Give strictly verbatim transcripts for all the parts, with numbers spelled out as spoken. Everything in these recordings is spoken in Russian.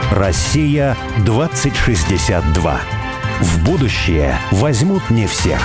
Россия двадцать шестьдесят два. В будущее возьмут не всех.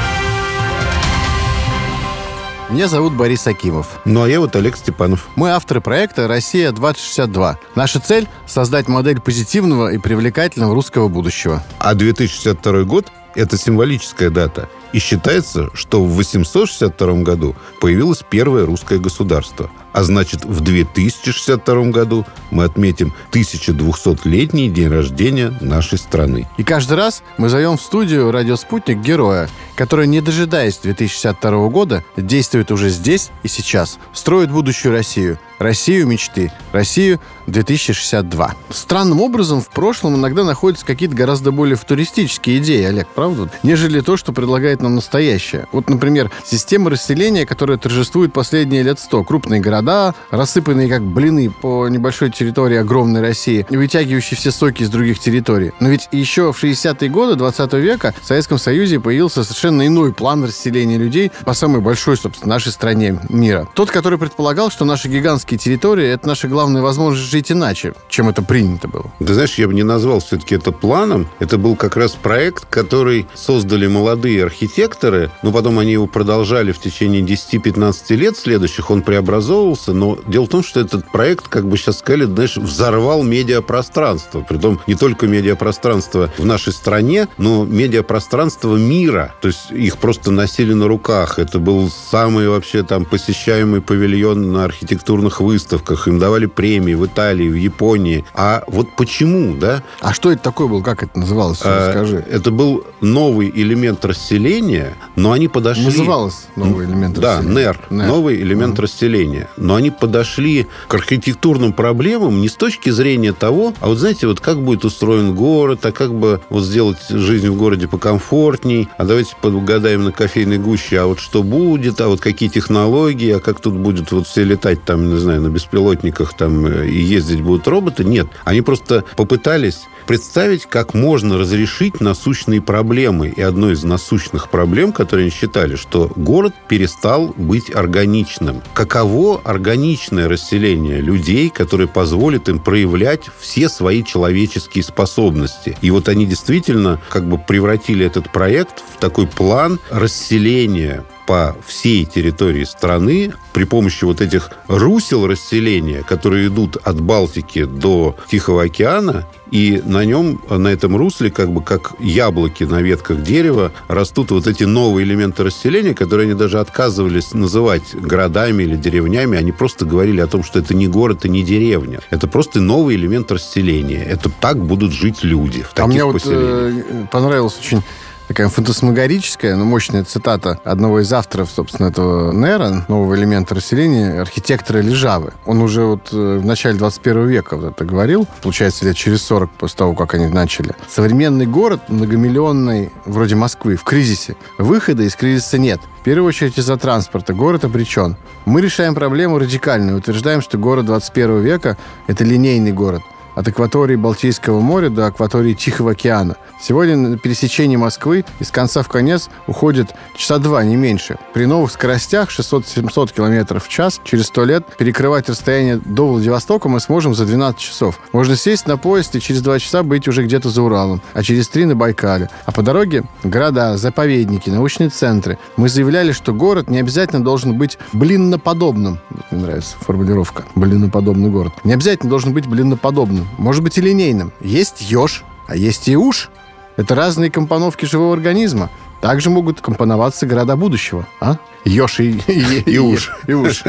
Меня зовут Борис Акимов. Ну, а я вот Олег Степанов. Мы авторы проекта «Россия двадцать шестьдесят два». Наша цель – создать модель позитивного и привлекательного русского будущего. А две тысячи шестьдесят второй год – это символическая дата. И считается, что в восемьсот шестьдесят втором году появилось первое русское государство. А значит, в две тысячи шестьдесят втором году мы отметим тысяча двухсотлетний день рождения нашей страны. И каждый раз мы зовем в студию «Радио Спутник» героя, который, не дожидаясь две тысячи шестьдесят второго года, действует уже здесь и сейчас, строит будущую Россию. Россию мечты. Россию две тысячи шестьдесят два. Странным образом в прошлом иногда находятся какие-то гораздо более футуристические идеи, Олег, правда? Нежели то, что предлагает нам настоящее. Вот, например, система расселения, которая торжествует последние лет сто. Крупные города, рассыпанные как блины по небольшой территории огромной России, вытягивающие все соки из других территорий. Но ведь еще в шестидесятые годы двадцатого века в Советском Союзе появился совершенно иной план расселения людей по самой большой, собственно, нашей стране мира. Тот, который предполагал, что наши гигантские территории — это наша главная возможность жить иначе, чем это принято было. Ты знаешь, я бы не назвал все-таки это планом. Это был как раз проект, который создали молодые архитекторы, но потом они его продолжали в течение десяти-пятнадцати лет следующих. Он преобразовывался, но дело в том, что этот проект, как бы сейчас сказали, знаешь, взорвал медиапространство. Притом не только медиапространство в нашей стране, но медиапространство мира. То есть их просто носили на руках. Это был самый вообще там посещаемый павильон на архитектурных выставках. Им давали премии в Италии, в Японии. А вот почему, да? А что это такое было? Как это называлось? Расскажи. А, это был новый элемент расселения, но они подошли... Называлось новый элемент да, расселения. НЭР. НЭР. Новый элемент mm-hmm. расселения. Но они подошли к архитектурным проблемам не с точки зрения того, а вот знаете, вот как будет устроен город, а как бы вот сделать жизнь в городе покомфортней, а давайте погадаем на кофейной гуще, а вот что будет, а вот какие технологии, а как тут будет вот все летать там, не знаю, на беспилотниках там и ездить будут роботы. Нет. Они просто попытались представить, как можно разрешить насущные проблемы. И одной из насущных проблем, которые они считали, что город перестал быть органичным. Каково органичное расселение людей, которое позволит им проявлять все свои человеческие способности. И вот они действительно как бы превратили этот проект в такой план расселения по всей территории страны при помощи вот этих русел расселения, которые идут от Балтики до Тихого океана, и на нем, на этом русле, как бы как яблоки на ветках дерева, растут вот эти новые элементы расселения, которые они даже отказывались называть городами или деревнями. Они просто говорили о том, что это не город и не деревня. Это просто новый элемент расселения. Это так будут жить люди в таких а мне поселениях. Вот, э, понравилось очень... Такая фантасмагорическая, но мощная цитата одного из авторов, собственно, этого НЭРа, нового элемента расселения, архитектора Лежавы. Он уже вот в начале двадцать первого века вот это говорил, получается, лет через сорок после того, как они начали. Современный город, многомиллионный, вроде Москвы, в кризисе. Выхода из кризиса нет. В первую очередь из-за транспорта. Город обречен. Мы решаем проблему радикально и утверждаем, что город двадцать первого века – это линейный город. От акватории Балтийского моря до акватории Тихого океана. Сегодня на пересечении Москвы из конца в конец уходит часа два, не меньше. При новых скоростях шестьсот-семьсот километров в час через сто лет перекрывать расстояние до Владивостока мы сможем за двенадцать часов. Можно сесть на поезд и через два часа быть уже где-то за Уралом, а через три на Байкале. А по дороге города, заповедники, научные центры. Мы заявляли, что город не обязательно должен быть блинноподобным. Мне нравится формулировка. Блинноподобный город. Не обязательно должен быть блинноподобным. Может быть и линейным. Есть еж, а есть и уж. Это разные компоновки живого организма. Также могут компоноваться города будущего. А? Еж и, и, и уж. И уж.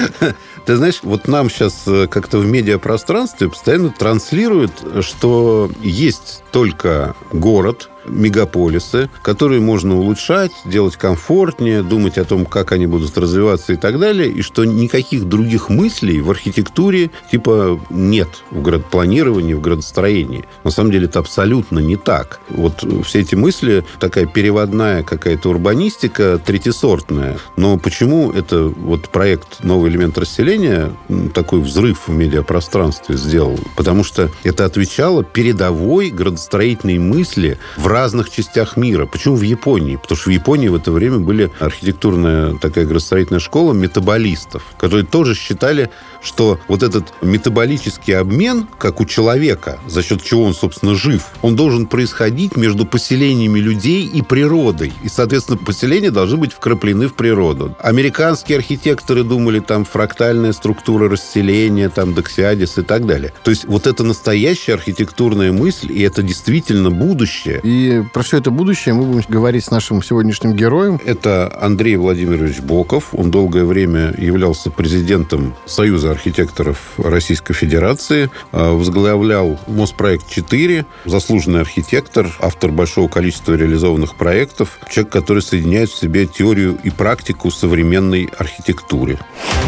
Ты знаешь, вот нам сейчас как-то в медиапространстве постоянно транслируют, что есть только город, мегаполисы, которые можно улучшать, делать комфортнее, думать о том, как они будут развиваться и так далее, и что никаких других мыслей в архитектуре типа нет в градопланировании, в градостроении. На самом деле это абсолютно не так. Вот все эти мысли, такая переводная какая-то урбанистика, третьесортная. Но почему это вот проект «Новый элемент расселения» такой взрыв в медиапространстве сделал? Потому что это отвечало передовой градостроительной мысли в разных частях мира. Почему в Японии? Потому что в Японии в это время были архитектурная такая градостроительная школа метаболистов, которые тоже считали, что вот этот метаболический обмен, как у человека, за счет чего он, собственно, жив, он должен происходить между поселениями людей и природой. И, соответственно, поселения должны быть вкраплены в природу. Американские архитекторы думали, там, фрактальная структура расселения, там, Доксиадис и так далее. То есть вот это настоящая архитектурная мысль, и это действительно будущее. И про все это будущее мы будем говорить с нашим сегодняшним героем. Это Андрей Владимирович Боков. Он долгое время являлся президентом Союза архитекторов Российской Федерации, возглавлял Моспроект четыре, заслуженный архитектор, автор большого количества реализованных проектов, человек, который соединяет в себе теорию и практику современной архитектуры.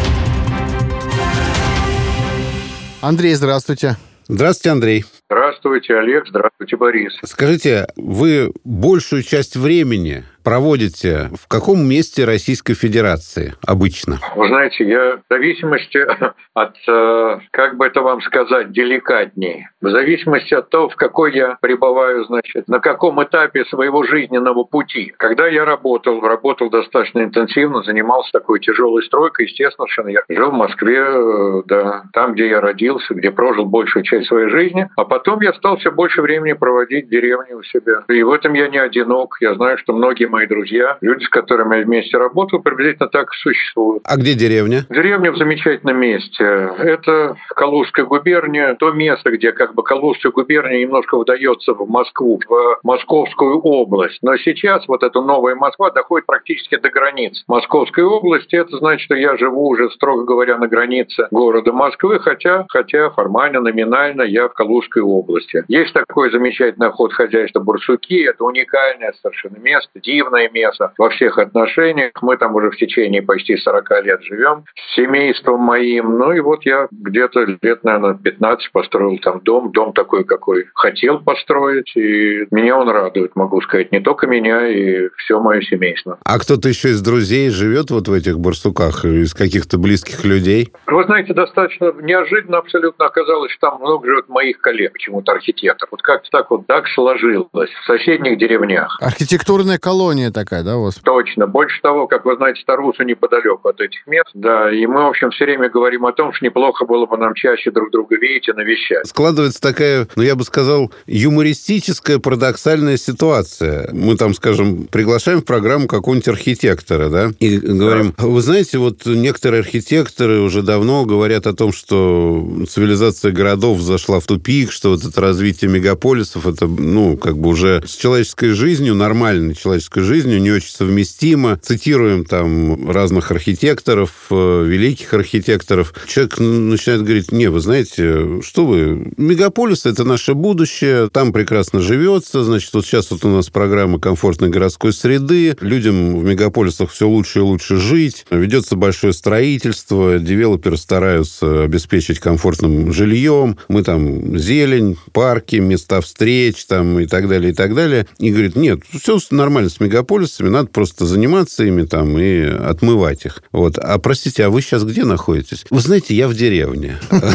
Андрей, здравствуйте. Здравствуйте, Андрей. Здравствуйте, Олег. Здравствуйте, Борис. Скажите, вы большую часть времени проводите в каком месте Российской Федерации обычно? Вы знаете, я в зависимости от, как бы это вам сказать, деликатнее, в зависимости от того, в какой я пребываю, значит, на каком этапе своего жизненного пути. Когда я работал, работал достаточно интенсивно, занимался такой тяжелой стройкой, естественно, что я жил в Москве, да, там, где я родился, где прожил большую часть своей жизни, а потом я стал все больше времени проводить в деревне у себя. И в этом я не одинок. Я знаю, что многие мои друзья, люди, с которыми я вместе работал, приблизительно так и существуют. А где деревня? Деревня в замечательном месте. Это Калужская губерния, то место, где как бы Калужская губерния немножко вдается в Москву, в Московскую область. Но сейчас вот эта новая Москва доходит практически до границ Московской области. Это значит, что я живу уже, строго говоря, на границе города Москвы, хотя, хотя формально, номинально я в Калужской области. Есть такое замечательное охотхозяйство «Барсуки». Это уникальное совершенно место, дивное место во всех отношениях. Мы там уже в течение почти сорок лет живем с семейством моим. Ну и вот я где-то лет, наверное, пятнадцать построил там дом. Дом такой, какой хотел построить. И меня он радует, могу сказать. Не только меня, и все мое семейство. А кто-то еще из друзей живет вот в этих Барсуках? Из каких-то близких людей? Вы знаете, достаточно неожиданно абсолютно оказалось, что там много живет моих коллег, почему-то архитекторов. Вот как-то так вот так сложилось в соседних деревнях. Архитектурная колония такая, да, у вас? Точно. Больше того, как вы знаете, Тарусу неподалеку от этих мест. Да, и мы, в общем, все время говорим о том, что неплохо было бы нам чаще друг друга видеть и навещать. Складывается такая, ну, я бы сказал, юмористическая, парадоксальная ситуация. Мы там, скажем, приглашаем в программу какого-нибудь архитектора, да, и говорим, да. Вы знаете, вот некоторые архитекторы уже давно говорят о том, что цивилизация городов зашла в тупик, что вот это развитие мегаполисов, это, ну, как бы уже с человеческой жизнью, нормальной человеческой жизнью не очень совместимо. Цитируем там разных архитекторов, великих архитекторов. Человек начинает говорить, не, вы знаете, что вы, мегаполис – это наше будущее, там прекрасно живется, значит, вот сейчас вот у нас программа комфортной городской среды, людям в мегаполисах все лучше и лучше жить, ведется большое строительство, девелоперы стараются обеспечить комфортным жильем, мы там зелень, парки, места встреч там и так далее, и так далее. И говорит, нет, все нормально с мегаполисами, надо просто заниматься ими там и отмывать их. Вот. А простите, а вы сейчас где находитесь? Вы знаете, я в деревне.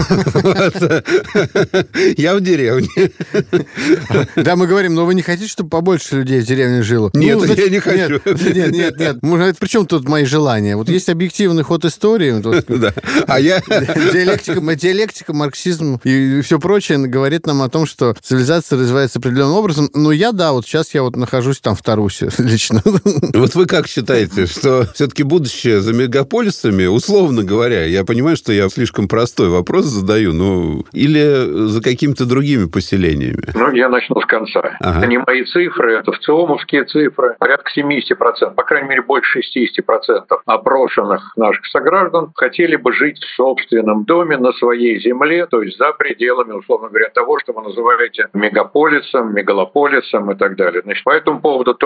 Я в деревне. Да, мы говорим, но вы не хотите, чтобы побольше людей в деревне жило? Нет, я не хочу. Нет, нет, нет. При чем тут мои желания? Вот есть объективный ход истории. Да. А я... Диалектика, диалектика, марксизм и все прочее говорит нам о том, что цивилизация развивается определенным образом. Но я, да, вот сейчас я вот нахожусь там в Тарусе лично. Вот вы как считаете, что все-таки будущее за мегаполисами, условно говоря, я понимаю, что я слишком простой вопрос задаю, но или за какими-то другими поселениями? Ну, я начну с конца. Ага. Это не мои цифры, это вциомовские цифры. Порядка семьдесят процентов, по крайней мере, больше шестьдесят процентов опрошенных наших сограждан хотели бы жить в собственном доме на своей земле, то есть за пределами, условно говоря, того, что вы называете мегаполисом, мегалополисом и так далее. Значит, по этому поводу тоже, в общем,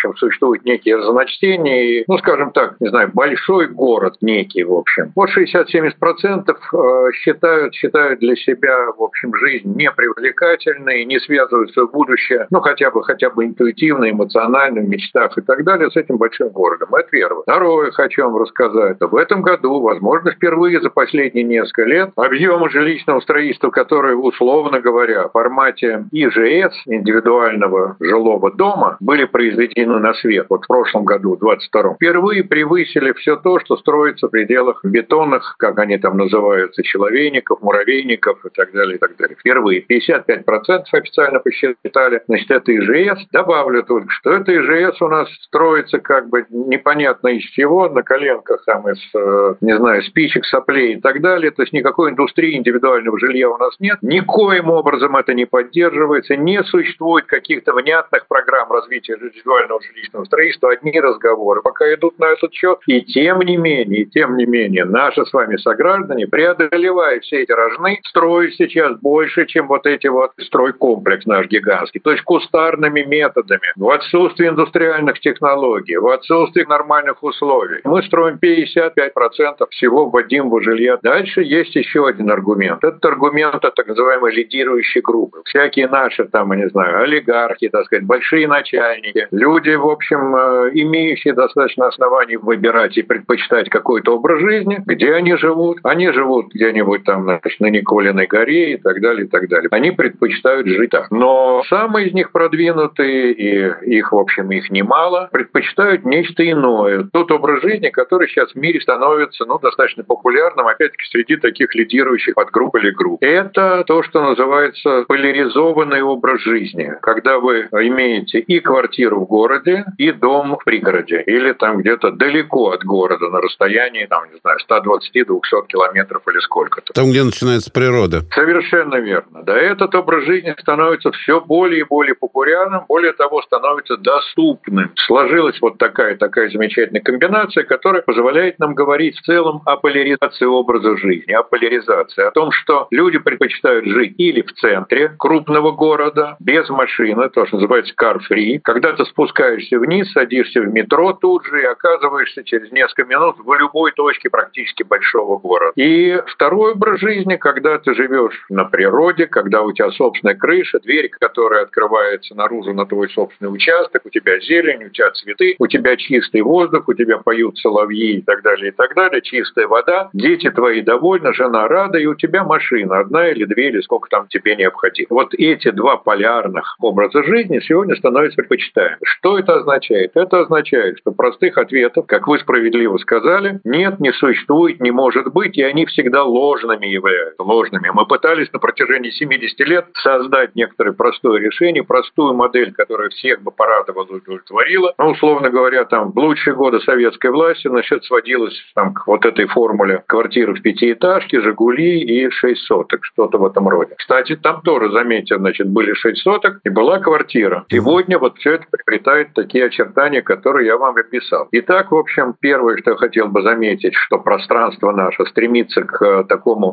общем, существуют некие разночтения, и, ну, скажем так, не знаю, большой город некий, в общем. Вот шестьдесят-семьдесят процентов считают, считают для себя, в общем, жизнь непривлекательной, не связывают свое будущее, ну, хотя бы, хотя бы интуитивно, эмоционально, в мечтах и так далее, с этим большим городом. Это первое. Второе, хочу вам рассказать. В этом году, возможно, впервые за последние несколько лет объемы жилищного строительства, которые, условно говоря, в формате И Ж С, индивидуального жилого дома, были произведены на свет вот в прошлом году, в двадцать втором, впервые превысили все то, что строится в пределах бетонных, как они там называются, человейников, муравейников и так далее, и так далее. Впервые пятьдесят пять процентов официально посчитали. Значит, это И Ж С. Добавлю только, что это И Ж С у нас строится как бы непонятно из чего, на коленках, там, из, не знаю, спичек, соплей и так далее. То есть никакой индустрии индивидуального жилья у нас нет. Никоим образом это не поддерживается. Не существует каких-то внятных программ развития индивидуального жилищного строительства. Одни разговоры пока идут на этот счет. И тем не менее, и тем не менее, наши с вами сограждане, преодолевая все эти рожны, строят сейчас больше, чем вот эти вот стройкомплекс наш гигантский. То есть кустарными методами, в отсутствии индустриальных технологий, в отсутствии нормальных условий. Мы строим пятьдесят пять процентов всего вводимого жилья. Дальше есть еще один аргумент. Этот аргумент — это так называемые лидирующие группы. Всякие наши, там, я не знаю, олигархи, так сказать, большие начальники, люди, в общем, имеющие достаточно оснований выбирать и предпочитать какой-то образ жизни, где они живут. Они живут где-нибудь там, значит, на Николиной горе и так далее, и так далее. Они предпочитают жить так. Но самые из них продвинутые, и их, в общем, их немало, предпочитают нечто иное. Тот образ жизни, который сейчас в мире становится, ну, достаточно популярным, опять-таки, среди таких лидирующих подгрупп или групп. Это то, что называется поляризованный образ жизни, когда вы имеете и квартиру в городе, и дом в пригороде, или там где-то далеко от города, на расстоянии, там, не знаю, сто двадцать - двести километров или сколько-то. Там, где начинается природа. Совершенно верно. Да, этот образ жизни становится все более и более популярным, более того, становится доступным. Сложилась вот такая, такая замечательная комбинация, которая позволяет нам говорить в целом о поляризации образа жизни, о поляризации, о том, что люди предпочитают жить или в центре крупного города, без машины, то, что называется car-free, когда ты спускаешься вниз, садишься в метро тут же и оказываешься через несколько минут в любой точке практически большого города. И второй образ жизни, когда ты живешь на природе, когда у тебя собственная крыша, дверь, которая открывается наружу на твой собственный участок, у тебя зелень, у тебя цветы, у тебя чистый воздух, у тебя поют соловьи и так далее, и так далее, чистая вода, дети твои довольны, жена рада, и у тебя машина, одна или две, или сколько там тебе необходимо. Вот эти два полярных образа жизни сегодня становятся предпочитаемыми. Что это означает? Это означает, что простых ответов, как вы справедливо сказали, нет, не существует, не может быть, и они всегда ложными являются, ложными. Мы пытались на протяжении семидесяти лет создать некоторое простое решение, простую модель, которая всех бы порадовала и удовлетворила. Ну, условно говоря, там, в лучшие годы советской власти, значит, сводилось там, к вот этой формуле квартиры в пятиэтажке, «Жигули» и шесть соток, что-то в этом роде. Кстати, там тоже, заметьте, значит, были шесть соток и была квартира. Сегодня вот все это приобретает такие очертания, которые я вам описал. Итак, в общем, первое, что я хотел бы заметить, что пространство наше стремится к такому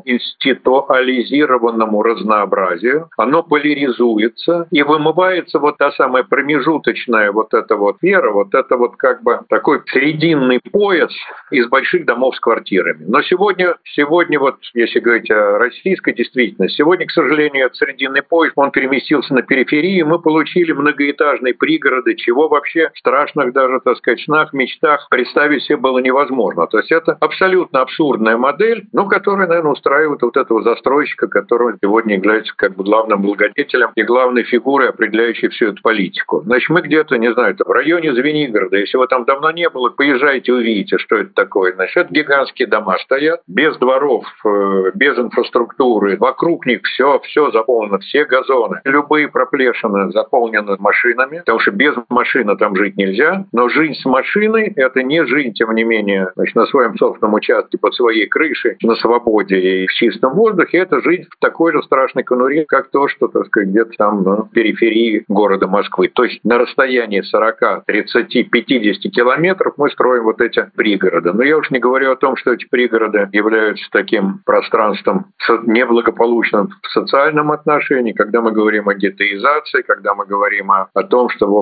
институализированному разнообразию, оно поляризуется и вымывается вот та самая промежуточная вот эта вот вера, вот это вот как бы такой срединный пояс из больших домов с квартирами. Но сегодня, сегодня вот, если говорить о российской действительности, сегодня, к сожалению, этот срединный пояс, он переместился на периферию, мы получили многоэтажные пригороды, чего вообще в страшных даже, так сказать, снах, мечтах представить себе было невозможно. То есть это абсолютно абсурдная модель, но которая, наверное, устраивает вот этого застройщика, который сегодня является как бы главным благодетелем и главной фигурой, определяющей всю эту политику. Значит, мы где-то, не знаю, в районе Звенигорода, если вы там давно не было, поезжайте, увидите, что это такое. Значит, это гигантские дома стоят, без дворов, без инфраструктуры, вокруг них все, все заполнено, все газоны, любые проплешины заполнены машинами, потому что без машины там жить нельзя, но жизнь с машиной — это не жизнь, тем не менее, значит, на своем собственном участке, под своей крышей, на свободе и в чистом воздухе, это жизнь в такой же страшной конуре, как то, что, так сказать, где-то там на периферии города Москвы. То есть на расстоянии сорок, тридцать, пятьдесят километров мы строим вот эти пригороды. Но я уж не говорю о том, что эти пригороды являются таким пространством неблагополучным в социальном отношении, когда мы говорим о гетеизации, когда мы говорим о, о том, что, в общем,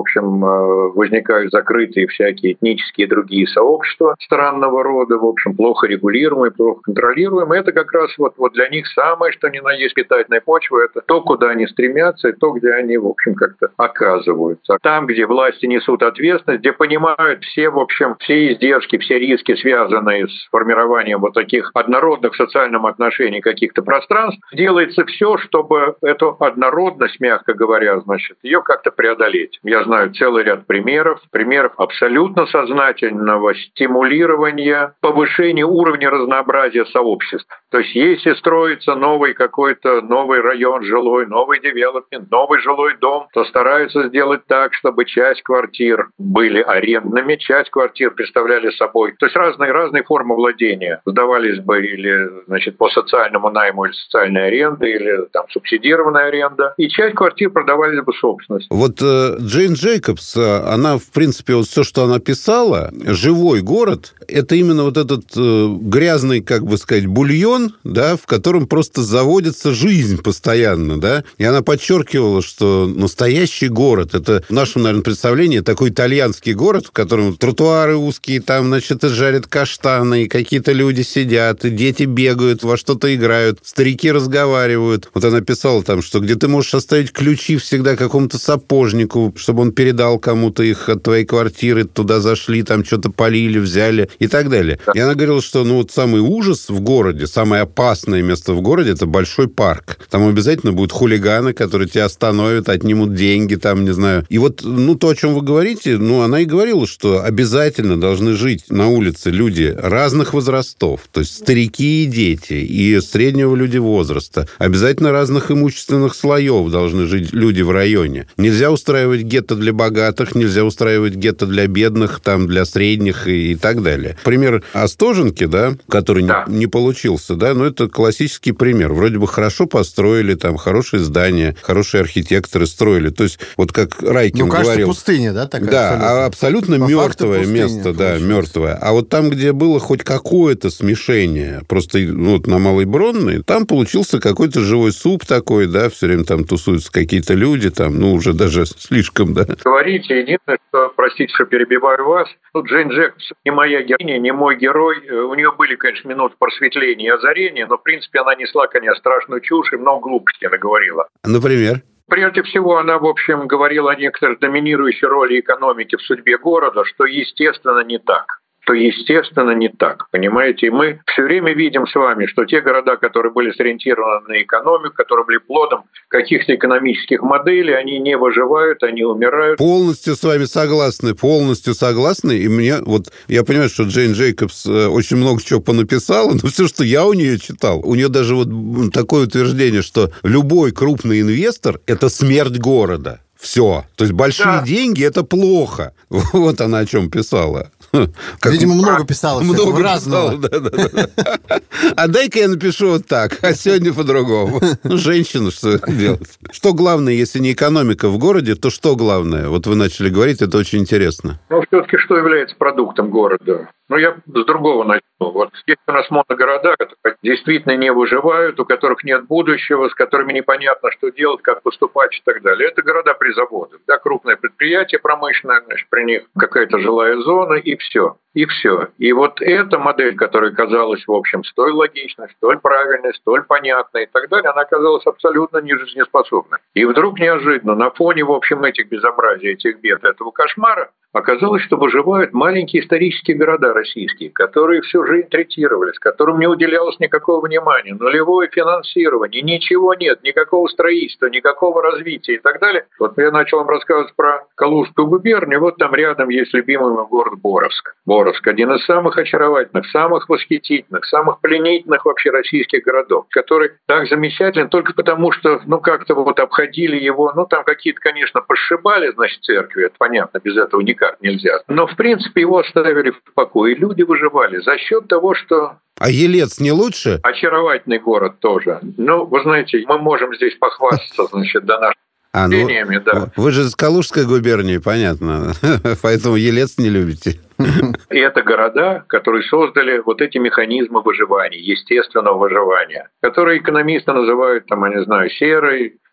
возникают закрытые всякие этнические и другие сообщества странного рода, в общем, плохо регулируемые, плохо контролируемые. Это как раз вот, вот для них самое, что ни на есть питательная почва, это то, куда они стремятся, и то, где они, в общем, как-то оказываются. Там, где власти несут ответственность, где понимают все, в общем, все издержки, все риски, связанные с формированием вот таких однородных в социальном отношении каких-то пространств, делается все, чтобы эту однородность, мягко говоря, значит, ее как-то преодолеть. Я знаю целый ряд примеров, примеров абсолютно сознательного стимулирования, повышения уровня разнообразия сообществ. То есть если строится новый какой-то новый район жилой, новый девелопмент, новый жилой дом, то стараются сделать так, чтобы часть квартир были арендными, часть квартир представляли собой, то есть разные-разные формы владения сдавались бы или, значит, по социальному найму или социальной аренды, или там субсидированная аренда, и часть квартир продавались бы собственность. Вот э, Джейн Джейкобс, она, в принципе, вот все, что она писала, живой город, это именно вот этот э, грязный, как бы сказать, бульон, да, в котором просто заводится жизнь постоянно, да, и она подчеркивала, что настоящий город, это в нашем, наверное, представлении такой итальянский город, в котором тротуары узкие, там, значит, и жарят каштаны, и какие-то люди сидят, и дети бегают, во что-то играют, старики разговаривают. Вот она писала там, что где ты можешь оставить ключи всегда какому-то сапожнику, чтобы он передал кому-то их от твоей квартиры, туда зашли, там что-то полили, взяли и так далее. И она говорила, что ну вот самый ужас в городе, самое опасное место в городе – это большой парк. Там обязательно будут хулиганы, которые тебя остановят, отнимут деньги, там, не знаю. И вот, ну, то, о чем вы говорите, ну, она и говорила, что обязательно должны жить на улице люди разных возрастов, то есть старики и дети, и среднего люди возраста. Обязательно разных имущественных слоев должны жить люди в районе. Нельзя устраивать гетто для богатых, нельзя устраивать гетто для бедных, там, для средних и, и так далее. Пример Остоженки, да, который да. Не, не получился, да, но это классический пример. Вроде бы хорошо построили, там, хорошие здания, хорошие архитекторы строили. То есть, вот как Райкин ну, кажется, говорил... пустыня, да, такая? Да, абсолютно, абсолютно мертвое пустыня, место, да, мертвое. А вот там, где было хоть какое-то смешение, просто ну, вот на Малой Бронной, там получился какой-то живой суп такой, да, все время там тусуются какие-то люди, там, ну, уже даже слишком, да. Говорите, единственное, что, простите, что перебиваю вас, тут Джейн Джейкобс не моя героиня, не мой герой, у нее были, конечно, минуты просветления и озарения, но, в принципе, она несла, конечно, страшную чушь и много глупостей она говорила. Например? Прежде всего, она, в общем, говорила о некоторой доминирующей роли экономики в судьбе города, что, естественно, не так. то, естественно, не так, понимаете? И мы все время видим с вами, что те города, которые были сориентированы на экономику, которые были плодом каких-то экономических моделей, они не выживают, они умирают. Полностью с вами согласны, полностью согласны. И мне, вот, я понимаю, что Джейн Джейкобс очень много чего понаписала, но все, что я у нее читал, у нее даже вот такое утверждение, что любой крупный инвестор – это смерть города. Все. То есть большие да. деньги – это плохо. Вот она о чем писала. Как... Видимо, много писала. Много разного. Да, да, да. А дай-ка я напишу вот так, а сегодня по-другому. Ну, женщина, что делать? Что главное, если не экономика в городе, то что главное? Вот вы начали говорить, это очень интересно. Ну, все-таки что является продуктом города? Ну, я с другого начну. Вот есть у нас моногорода, которые действительно не выживают, у которых нет будущего, с которыми непонятно, что делать, как поступать и так далее. Это города при заводах. Да, крупное предприятие промышленное, значит, при них какая-то жилая зона, и все. И все. И вот эта модель, которая казалась, в общем, столь логичной, столь правильной, столь понятной и так далее, она оказалась абсолютно нежизнеспособной. И вдруг неожиданно на фоне, в общем, этих безобразий, этих бед, этого кошмара, оказалось, что выживают маленькие исторические города российские, которые всю жизнь третировались, которым не уделялось никакого внимания, нулевое финансирование, ничего нет, никакого строительства, никакого развития и так далее. Вот я начал вам рассказывать про Калужскую губернию, вот там рядом есть любимый мой город Боровск. Боровск – один из самых очаровательных, самых восхитительных, самых пленительных вообще российских городов, который так замечателен только потому, что, ну, как-то вот обходили его, ну, там какие-то, конечно, пошибали, значит, церкви, это понятно, без этого никак нельзя. Но, в принципе, его оставили в покое, и люди выживали за счет того, что... А Елец не лучше? Очаровательный город тоже. Ну, вы знаете, мы можем здесь похвастаться, значит, до наших А, ну, да. Вы же из Калужской губернии, понятно. Поэтому Елец не любите. И это города, которые создали вот эти механизмы выживания, естественного выживания, которые экономисты называют, там, я не знаю, серой,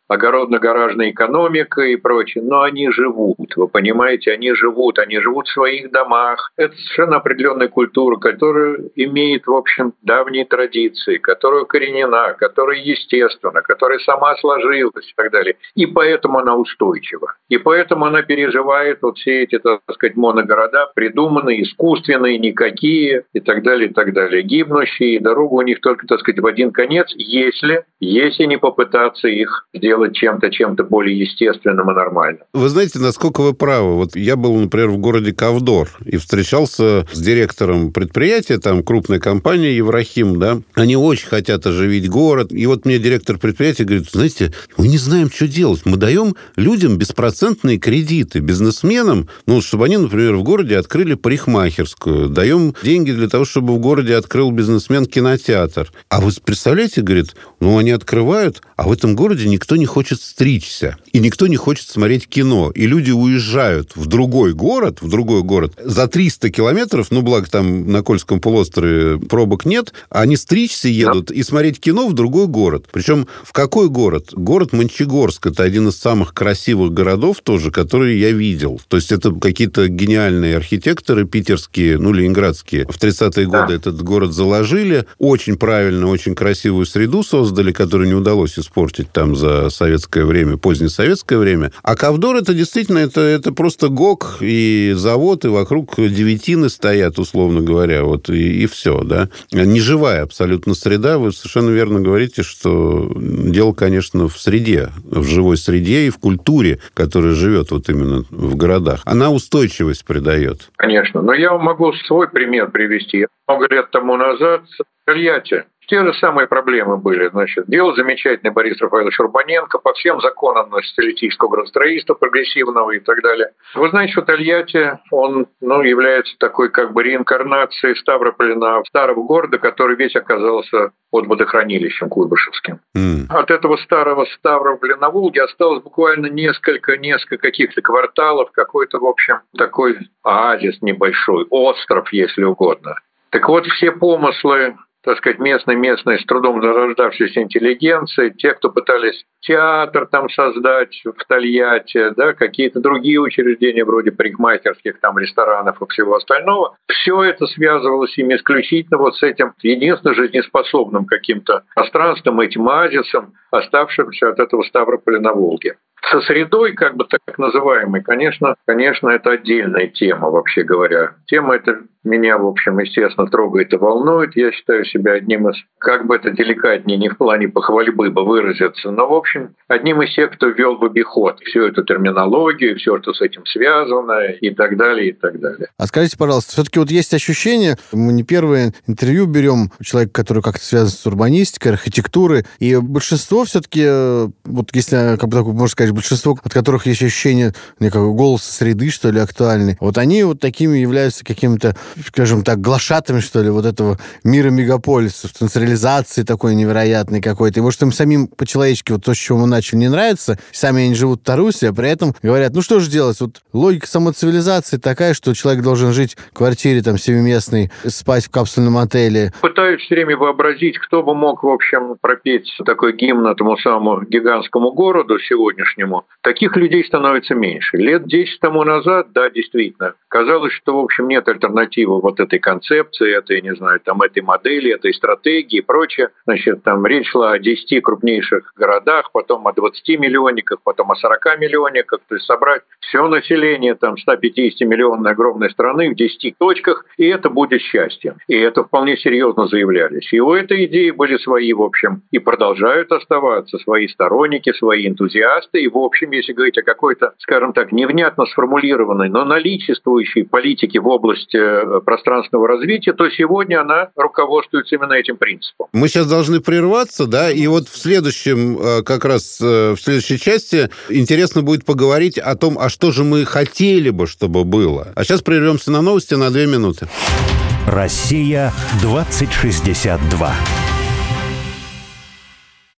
огородно-гаражная экономика и прочее, но они живут, вы понимаете, они живут, они живут в своих домах. Это совершенно определенная культура, которая имеет, в общем, давние традиции, которая укоренена, которая естественна, которая сама сложилась и так далее. И поэтому она устойчива. И поэтому она переживает вот все эти, так сказать, моногорода, придуманные, искусственные, никакие и так далее, и так далее. Гибнущие, и дорога у них только, так сказать, в один конец, если, если не попытаться их сделать чем-то, чем-то более естественным и нормальным. Вы знаете, насколько вы правы. Вот я был, например, в городе Ковдор и встречался с директором предприятия, там крупная компания Еврохим, да, они очень хотят оживить город. И вот мне директор предприятия говорит, знаете, мы не знаем, что делать. Мы даем людям беспроцентные кредиты, бизнесменам, ну, чтобы они, например, в городе открыли парикмахерскую, даем деньги для того, чтобы в городе открыл бизнесмен кинотеатр. А вы представляете, говорит, ну, они открывают, а в этом городе никто не хочет стричься, и никто не хочет смотреть кино. И люди уезжают в другой город, в другой город, за триста километров, ну, благо там на Кольском полуострове пробок нет, они стричься едут да. и смотреть кино в другой город. Причем в какой город? Город Мончегорск. Это один из самых красивых городов тоже, которые я видел. То есть это какие-то гениальные архитекторы питерские, ну, ленинградские. В тридцатые да. годы этот город заложили. Очень правильно, очень красивую среду создали, которую не удалось испортить там за советское время, позднее советское время. А Ковдор это действительно, это, это просто ГОК и завод, и вокруг девятины стоят, условно говоря, вот и, и все, да. Неживая абсолютно среда. Вы совершенно верно говорите, что дело, конечно, в среде, в живой среде и в культуре, которая живет вот именно в городах. Она устойчивость придает. Конечно. Но я могу свой пример привести. Много лет тому назад в Тольятти те же самые проблемы были. Значит, делал замечательный Борис Рафаэлович Урбаненко по всем законам социалистического градостроительства, прогрессивного и так далее. Вы знаете, что Тольятти, он ну, является такой как бы реинкарнацией Ставрополя, старого города, который весь оказался под водохранилищем Куйбышевским. Mm. От этого старого Ставрополя на Волге осталось буквально несколько, несколько каких-то кварталов, какой-то, в общем, такой оазис небольшой, остров, если угодно. Так вот, все помыслы, так сказать, местной, местной, с трудом зарождавшейся интеллигенции, те, кто пытались театр там создать в Тольятти, да, какие-то другие учреждения вроде парикмахерских, там, ресторанов и всего остального, все это связывалось им исключительно вот с этим единственно жизнеспособным каким-то пространством, этим оазисом, оставшимся от этого Ставрополя на Волге. Со средой, как бы так называемой, конечно, конечно, это отдельная тема, вообще говоря. Тема эта меня, в общем, естественно, трогает и волнует. Я считаю себя одним из, как бы это деликатнее, не в плане похвальбы бы выразиться, но, в общем, одним из тех, кто ввел в обиход всю эту терминологию, все, что с этим связано, и так далее, и так далее. А скажите, пожалуйста, все-таки вот есть ощущение, мы не первое интервью берем человека, который как-то связан с урбанистикой, архитектурой, и большинство все-таки, вот если, как бы так можно сказать, большинство, от которых есть ощущение некого голоса среды, что ли, актуальный, вот они вот такими являются какими-то, скажем так, глашатами, что ли, вот этого мира мегаполисов, централизации такой невероятной какой-то. И может им самим по-человечески вот то, с чего мы начали, не нравится, сами они живут в Тарусе, а при этом говорят, ну что же делать, вот логика самоцивилизации такая, что человек должен жить в квартире там семиместной, спать в капсульном отеле. Пытаюсь все время вообразить, кто бы мог, в общем, пропеть такой гимн этому самому гигантскому городу сегодняшнему. Таких людей становится меньше. Лет десять тому назад, да, действительно, казалось, что, в общем, нет альтернативы вот этой концепции, этой, не знаю, там, этой модели, этой стратегии и прочее. Значит, там речь шла о десяти крупнейших городах, потом о двадцати миллионниках, потом о сорока миллионниках, то есть собрать все население там ста пятидесяти миллионной огромной страны в десяти точках, и это будет счастьем. И это вполне серьезно заявлялись. И у этой идеи были свои, в общем, и продолжают оставаться свои сторонники, свои энтузиасты. И, в общем, если говорить о какой-то, скажем так, невнятно сформулированной, но наличествующей политике в области пространственного развития, то сегодня она руководствуется именно этим принципом. Мы сейчас должны прерваться, да, и вот в следующем, как раз в следующей части интересно будет поговорить о том, а что же мы хотели бы, чтобы было. А сейчас прервемся на новости на две минуты. Россия двадцать шестьдесят два.